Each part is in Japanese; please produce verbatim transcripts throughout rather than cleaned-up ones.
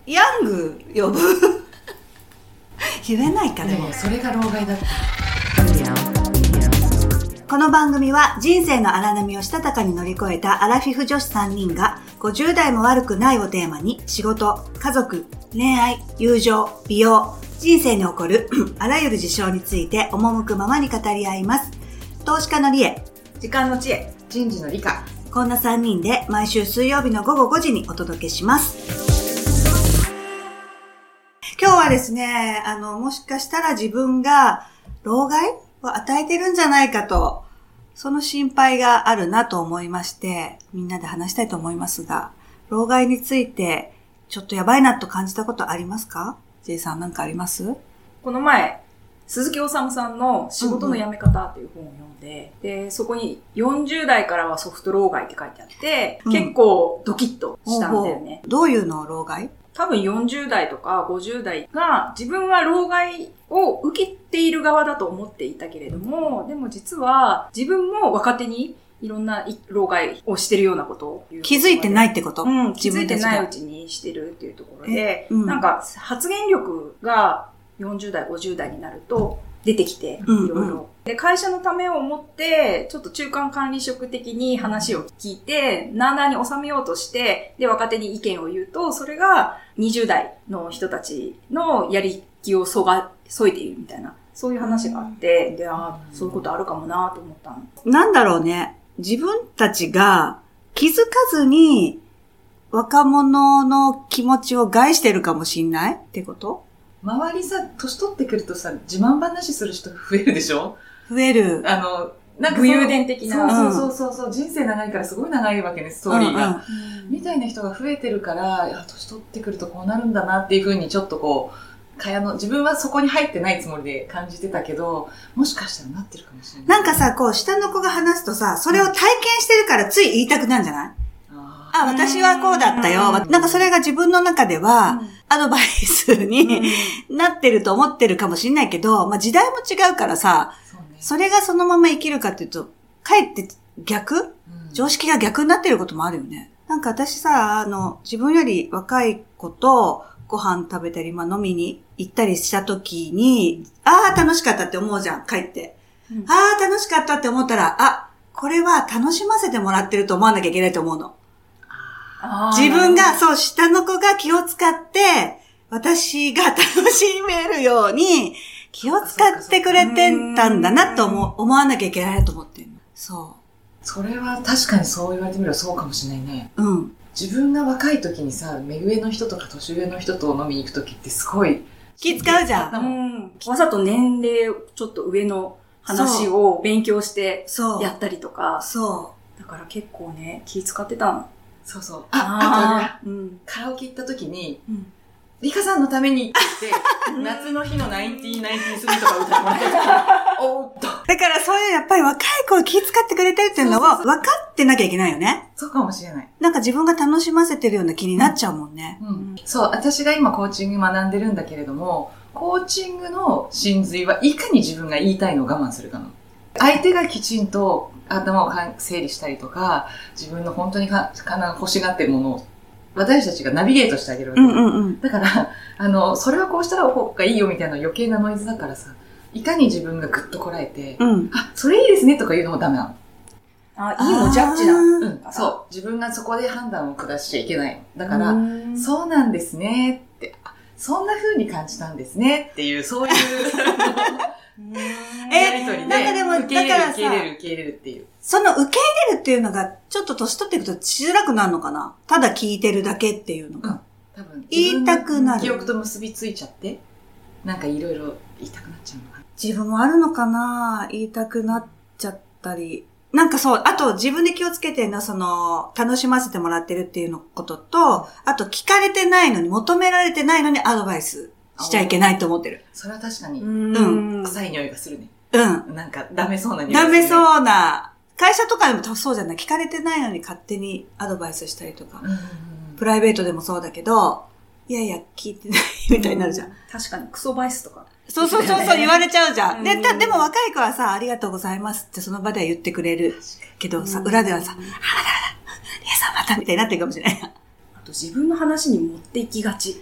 ヤング呼ぶ言えないかでも、 ね、それが老害だった。 この番組は人生の荒波をしたたかに乗り越えたアラフィフ女子さんにんがごじゅう代も悪くないをテーマに仕事、家族、恋愛、友情、美容、人生に起こるあらゆる事象について赴くままに語り合います。投資家のリエ、 時間の知恵、人事の理科、 こんなさんにんで毎週水曜日の午後ごじにお届けします。今日はですね、あの、もしかしたら自分が老害を与えてるんじゃないかと、その心配があるなと思いまして、みんなで話したいと思いますが、老害についてちょっとやばいなと感じたことありますか？ J さんなんかあります？ この前、鈴木治さんの仕事の辞め方っていう本を読んで、うんうん、で、そこによんじゅう代からはソフト老害って書いてあって、うん、結構ドキッとしたんだよね。 どういうの老害？ 多分よんじゅう代とかごじゅう代が自分は老害を受けている側だと思っていたけれども、でも実は自分も若手にいろんな老害をしてるようなことを言う。 気づいてないってこと？ うん、気づいてないうちにしてるっていうところで、うん、なんか発言力がよんじゅう代、ごじゅう代になると出てきて、いろいろ、うんうん。で、会社のためを思って、ちょっと中間管理職的に話を聞いて、なあなあに収めようとして、で、若手に意見を言うと、それがにじゅう代の人たちのやり気をそが、削いでいるみたいな、そういう話があって、で、ああ、そういうことあるかもなと思ったの。 なんだろうね。自分たちが気づかずに若者の気持ちを害してるかもしんないってこと？ 周りさ、年取ってくるとさ、自慢話する人増えるでしょ？ 増える。 あの、 なんか武勇伝的な。 そうそうそうそう、うん、人生長いからすごい長いわけね、ストーリーが。うんうん、みたいな人が増えてるから、いや、年取ってくるとこうなるんだなっていう風にちょっとこう、かやの、自分はそこに入ってないつもりで感じてたけど、もしかしたらなってるかもしれない。 なんかさ、こう、下の子が話すとさ、それを体験してるからつい言いたくなるんじゃない？あ、私はこうだったよ。なんかそれが自分の中では、アドバイスになってると思ってるかもしれないけど、まあ時代も違うからさ、そうね、それがそのまま生きるかっていうと、かえって逆、うん、常識が逆になってることもあるよね。なんか私さ、あの、自分より若い子とご飯食べたり、まあ飲みに行ったりした時に、ああ、楽しかったって思うじゃん、帰って。うん、ああ、楽しかったって思ったら、あ、これは楽しませてもらってると思わなきゃいけないと思うの。自分が、そう、下の子が気を使って、私が楽しめるように、気を使ってくれてたんだなと思、思わなきゃいけないと思ってるの。そう。 それは確かにそう言われてみればそうかもしれないね。 うん。 自分が若い時にさ、目上の人とか年上の人と飲みに行く時ってすごい気使うじゃん。 うん。わざと年齢ちょっと上の話を勉強してやったりとか。 そう。 だから結構ね、気使ってたの。 そうそう。あ、あとね、うん、カラオケ行った時に、うん、リカさんのためにって言って、夏の日のナインティーナインティースリーとか歌ってもらった時おーっと。 だからそういうやっぱり若い子気使ってくれてるっていうのは分かってなきゃいけないよね。 そうかもしれない。 なんか自分が楽しませてるような気になっちゃうもんね。 うんうん、そう、私が今コーチング学んでるんだけれども、コーチングの真髄はいかに自分が言いたいのを我慢するかの。相手がきちんと頭を整理したりとか、自分の本当にかな欲しがってるものを私たちがナビゲートしてあげるわけ、うんうんうん、だから、あの、それはこうしたら方がいいよみたいな余計なノイズだからさ、いかに自分がぐっとこらえて、うん、あ、それいいですねとか言うのもダメなの。 あ、いいもジャッジなの。 うん、そう。自分がそこで判断を下しちゃいけないの。だから、そうなんですねって、そんな風に感じたんですねっていう、そういうやりとりで、なんかでも受け入れる、受け入れる、受け入れるっていう。 その受け入れるっていうのが、ちょっと年取っていくとしづらくなるのかな？ただ聞いてるだけっていうのが。うん、 多分。 言いたくなる。 記憶と結びついちゃって、なんかいろいろ言いたくなっちゃうのかな。 自分もあるのかな？言いたくなっちゃったり。なんかそう、あと自分で気をつけてるのは、その、楽しませてもらってるっていうのことと、あと聞かれてないのに、求められてないのにアドバイスしちゃいけないと思ってる。 それは確かに、うん。臭い匂いがするね。 うん。 なんかダメそうな匂いがする、ね。ダメそうな。会社とかでもそうじゃない。聞かれてないのに勝手にアドバイスしたりとか。うんうんうん、プライベートでもそうだけど、いやいや、聞いてないみたいになるじゃん。ん、 確かに、クソバイスとか。 そうそうそうそう言われちゃうじゃん。で、でも若い子はさ、ありがとうございますってその場では言ってくれるけどさ、裏ではさ、あららら、リエさんまたみたいになってるかもしれない。 あと自分の話に持っていきがち。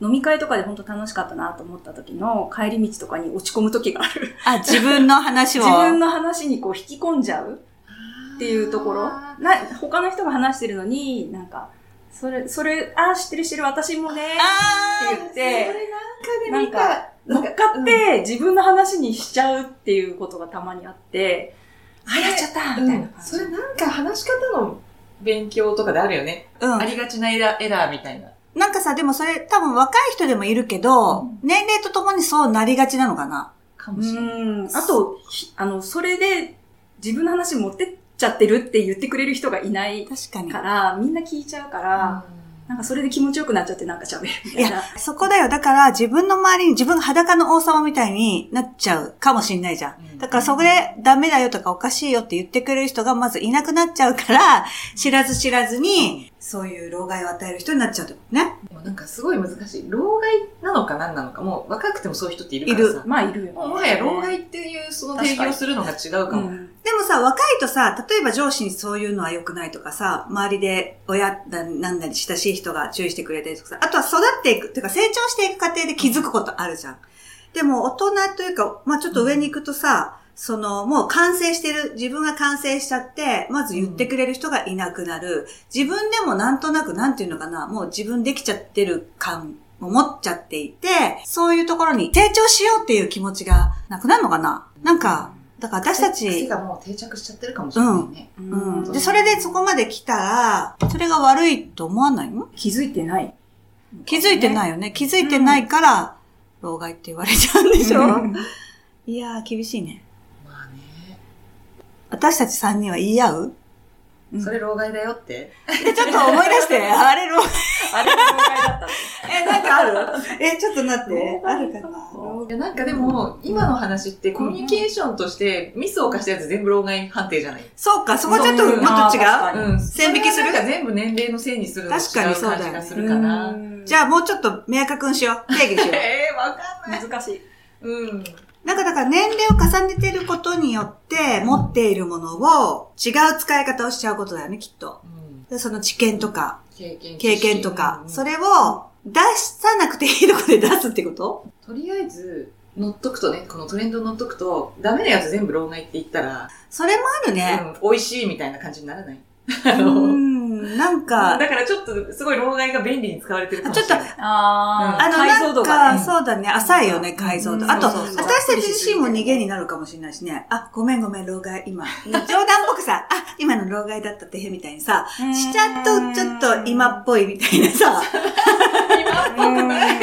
飲み会とかで本当楽しかったなと思った時の帰り道とかに落ち込む時がある。 あ、自分の話を。 自分の話にこう引き込んじゃうっていうところ。な、他の人が話してるのに、なんか、それ、それ、あ、知ってる知ってる私もね、って言って、なんか、乗っかって自分の話にしちゃうっていうことがたまにあって、あ、やっちゃったみたいな感じ。 それなんか話し方の勉強とかであるよね。うん。ありがちなエラー、エラーみたいな。 なんかさ、でもそれ多分若い人でもいるけど、うん、年齢とともにそうなりがちなのかな。 かもしれない。うん。あと、あの、それで自分の話持ってっちゃってるって言ってくれる人がいないから、確かにみんな聞いちゃうから、うんなんかそれで気持ちよくなっちゃってなんか喋るみたいな。いや、 そこだよ。だから自分の周りに自分が裸の王様みたいになっちゃうかもしんないじゃん。だからそこでダメだよとかおかしいよって言ってくれる人がまずいなくなっちゃうから、知らず知らずにそういう老害を与える人になっちゃうってことね。 でもなんかすごい難しい。老害なのか何なのかもう若くてもそういう人っているからさ。 いる。まあいるよ、ね。 もはや老害っていうその定義をするのが違うかも。 でもさ、若いとさ、例えば上司にそういうのは良くないとかさ、周りで親なんなり親しい人が注意してくれたりとかさ、あとは育っていく、っていうか成長していく過程で気づくことあるじゃん。でも大人というか、まあちょっと上に行くとさ、その、もう完成してる、自分が完成しちゃって、まず言ってくれる人がいなくなる。自分でもなんとなく、なんていうのかな、もう自分できちゃってる感を持っちゃっていて、そういうところに成長しようっていう気持ちがなくなるのかな。なんか、だから私たち。 癖がもう定着しちゃってるかもしれないね。 うん。うん。で、それでそこまで来たら、それが悪いと思わないの？ 気づいてない。 気づいてないよね。気づいてないから、老害って言われちゃうんでしょ、うん、いやー、厳しいね。 まあね。 私たち三人は言い合う？ それ老害だよって。 で、ちょっと思い出して、あれ老害。 あれ老害だった。 え、なんかある？え、ちょっと待って。あるかな？ いや、なんかでも、今の話ってコミュニケーションとしてミスを犯したやつ全部老害判定じゃない？ そうか、そこちょっともっと違う？うん。線引きする？ なんか全部年齢のせいにするの違う感じがするかな。 じゃあもうちょっと明確にしよう。定義しよう。 えー、わかんない。 難しい。 うん。 なんかだから年齢を重ねてることによって持っているものを違う使い方をしちゃうことだよね、きっと。うん、でその知見とか、経験, 経験とか、うん、それを出さなくていいとこで出すってこと？ とりあえず、乗っとくとね、このトレンド乗っとくと、ダメなやつ全部老害って言ったら、 それもあるね。 うん、美味しいみたいな感じにならない？ あの、うん、なんか、 だからちょっとすごい老害が便利に使われてるかもしれない。ちょっと、 ああの、解像度が、ね、そうだね、浅いよね、解像度。あと、私たち自身も逃げになるかもしれないしね。あ、ごめんごめん、老害、今。冗談っぽくさ、あ、今の老害だったってへ、みたいにさ、しちゃっと、ちょっと今っぽいみたいなさ。 今っぽくない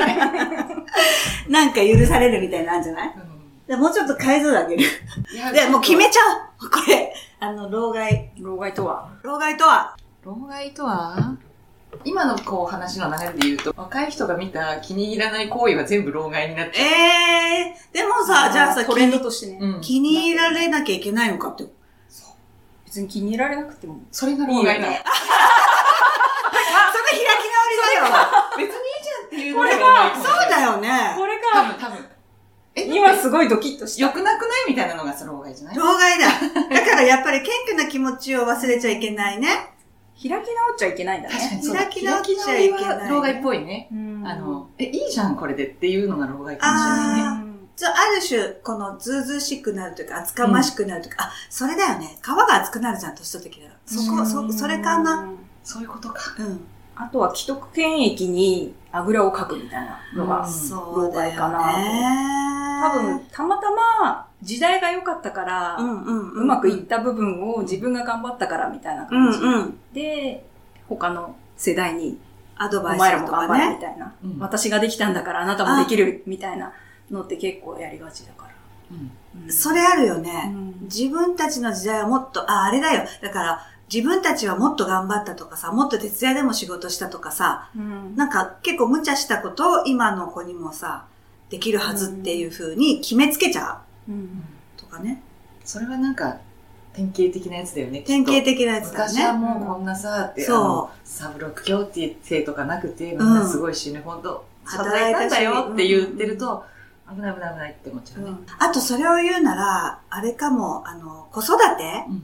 なんか許されるみたいなのあるんじゃない？うん、もうちょっと解像度上げる。で、もう決めちゃおう。これ。あの、老害。 老害とは老害とは老害とは今のこう話の流れで言うと、若い人が見た気に入らない行為は全部老害になっちゃう。 ええー、でもさ、じゃあさ、 トレンドとしてね、 うん、気に入られなきゃいけないのかって。 そう。別に気に入られなくても。 それが老害だ。いいよね、 あ、それ開き直りだよ。 別にいいじゃんっていうのが老害。そうだよね。 これが。 多分多分。 今すごいドキッとした。 良くなくないみたいなのがその老害じゃない？ 老害だ。だからやっぱり謙虚な気持ちを忘れちゃいけないね。 開き直っちゃいけないんだね。 確かにそう。 開き直っちゃいけない、ね。 老害っぽいね。あの、え、いいじゃんこれでっていうのが老害かもしれないね。 じゃあ、ある種、このずうずうしくなるというか、厚かましくなるというか、うん、あ、それだよね。皮が厚くなるじゃん、年取ってきたら。そこ、そ、それかな。 そういうことか。 うん。 あとは既得権益にあぐらをかくみたいなのが、老害かなと。多分、たまたま時代が良かったから、うんうんうんうん、うまくいった部分を自分が頑張ったからみたいな感じ、うんうん、で、他の世代にアドバイスとかね。 お前らも頑張るみたいな、うん。私ができたんだからあなたもできるみたいなのって結構やりがちだから。 うんうん、それあるよね、うん。自分たちの時代はもっと、あ、あれだよ。だから、自分たちはもっと頑張ったとかさ、もっと徹夜でも仕事したとかさ、うん、なんか結構無茶したことを今の子にもさ、できるはずっていう風に決めつけちゃう、うん、とかね。 それはなんか典型的なやつだよね。 典型的なやつだね。 昔はもうこんなさ、って、そう。あの、サブロック教って生とかなくて、みんなすごい死ぬほど働いたんだよって言ってると、うん、危ない危ない危ないって思っちゃうね、うん。 あとそれを言うなら、あれかも、あの、子育て、うん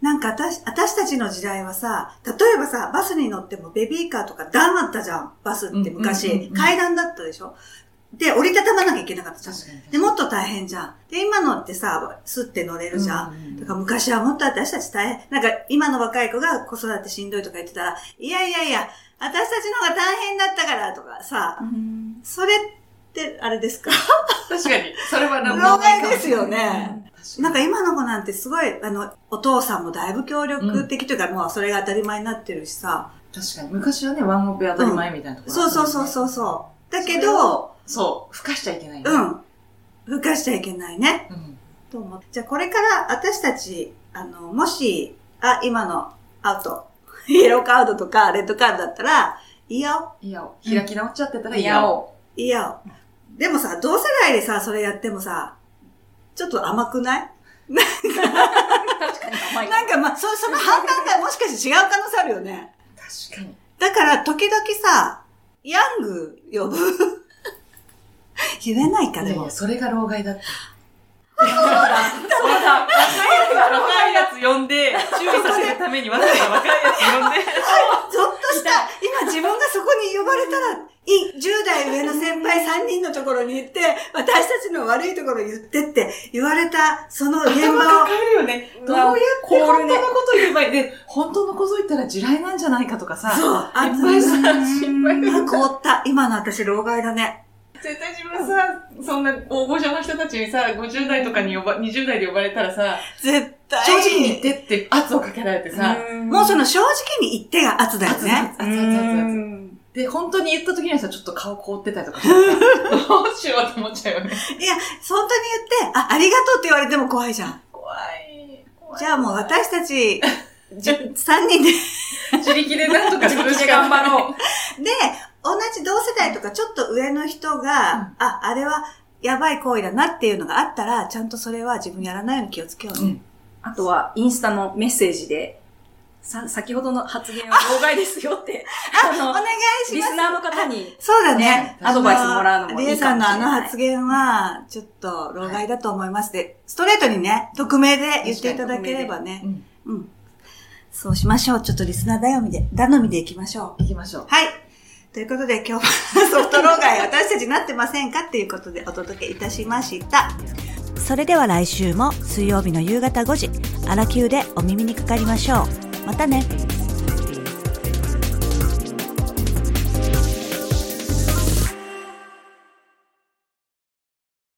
なんか私、私たちの時代はさ、例えばさ、バスに乗ってもベビーカーとか段あったじゃん。バスって昔、うんうんうんうん、階段だったでしょ。で、折りたたまなきゃいけなかったじゃん。で、もっと大変じゃん。で、今のってさ、スって乗れるじゃん。うんうん、だから昔はもっと私たち大変。なんか、今の若い子が子育てしんどいとか言ってたら、いやいやいや、私たちの方が大変だったからとかさ、うん、それって、あれですか確かに。それは老害ですよね。なんか今の子なんてすごい、あの、お父さんもだいぶ協力的というか、うん、もうそれが当たり前になってるしさ。 確かに。昔はね、ワンオペ当たり前みたいなところ、 うん、そうそうそうそう。だけど、 そう、吹かしちゃいけない、ね。 うん。吹かしちゃいけないね。うん。と思って。じゃあこれから私たち、あの、もし、あ、今のアウト、イエローカードとかレッドカードだったら、いやお。 いやお。開き直っちゃってたらいやお。 いやお。でもさ、同世代でさ、それやってもさ、ちょっと甘くないなんか、 確かに甘い。 なんかまあ、そ、その判断がもしかして違う可能性あるよね。 確かに。 だから、時々さ、ヤング呼ぶ言えないかでも。 いやいや、それが老害だって。 そうだ、そうだ。 若いやつ呼んで、注意させるためにわざわざ若いやつ呼んで。 ゾッとした。今自分がそこに呼ばれたら、い、じゅう代上の先輩さんにんのところに行って、私たちの悪いところ言ってって言われた、その現場を。 頭抱えるよね。どうやって本当のこと言えばいいで、本当のこと言ったら地雷なんじゃないかとかさ。 そう。 いっぱいさ、心配だ。凍った。今の私、老害だね。 絶対自分さ、そんな大御所の人たちにさ、ごじゅう代とかに呼ば、にじゅう代で呼ばれたらさ、 絶対。 正直に言ってって圧をかけられてさ、 もうその正直に言ってが圧だよね。 圧、圧、圧、圧。で、本当に言った時にはさ、ちょっと顔凍ってたりとかしてさ、どうしようって思っちゃうよね。 いや、本当に言って、あ、ありがとうって言われても怖いじゃん。 怖い。怖い。 じゃあもう私たち、さんにんで自力でなんとか自分で頑張ろう。で、同じ同世代とかちょっと上の人が、うん、あ、あれはやばい行為だなっていうのがあったら、ちゃんとそれは自分やらないように気をつけようね。うん、 あとは、インスタのメッセージで、さ、先ほどの発言は老害ですよって、 あ, あの、お願いします。 リスナーの方に、 そうだね。 アドバイスもらうのもいいかもしれない。リエさんのあの発言は、ちょっと老害だと思いますで、ストレートにね、匿名で言っていただければね。うん。うん。そうしましょう。ちょっとリスナー頼みで、頼みで行きましょう。行きましょう。 はい。ということで今日はソフト老害私たちなってませんかっていうことでお届けいたしました。それでは来週も水曜日の夕方ごじ、アラキューでお耳にかかりましょう。またね。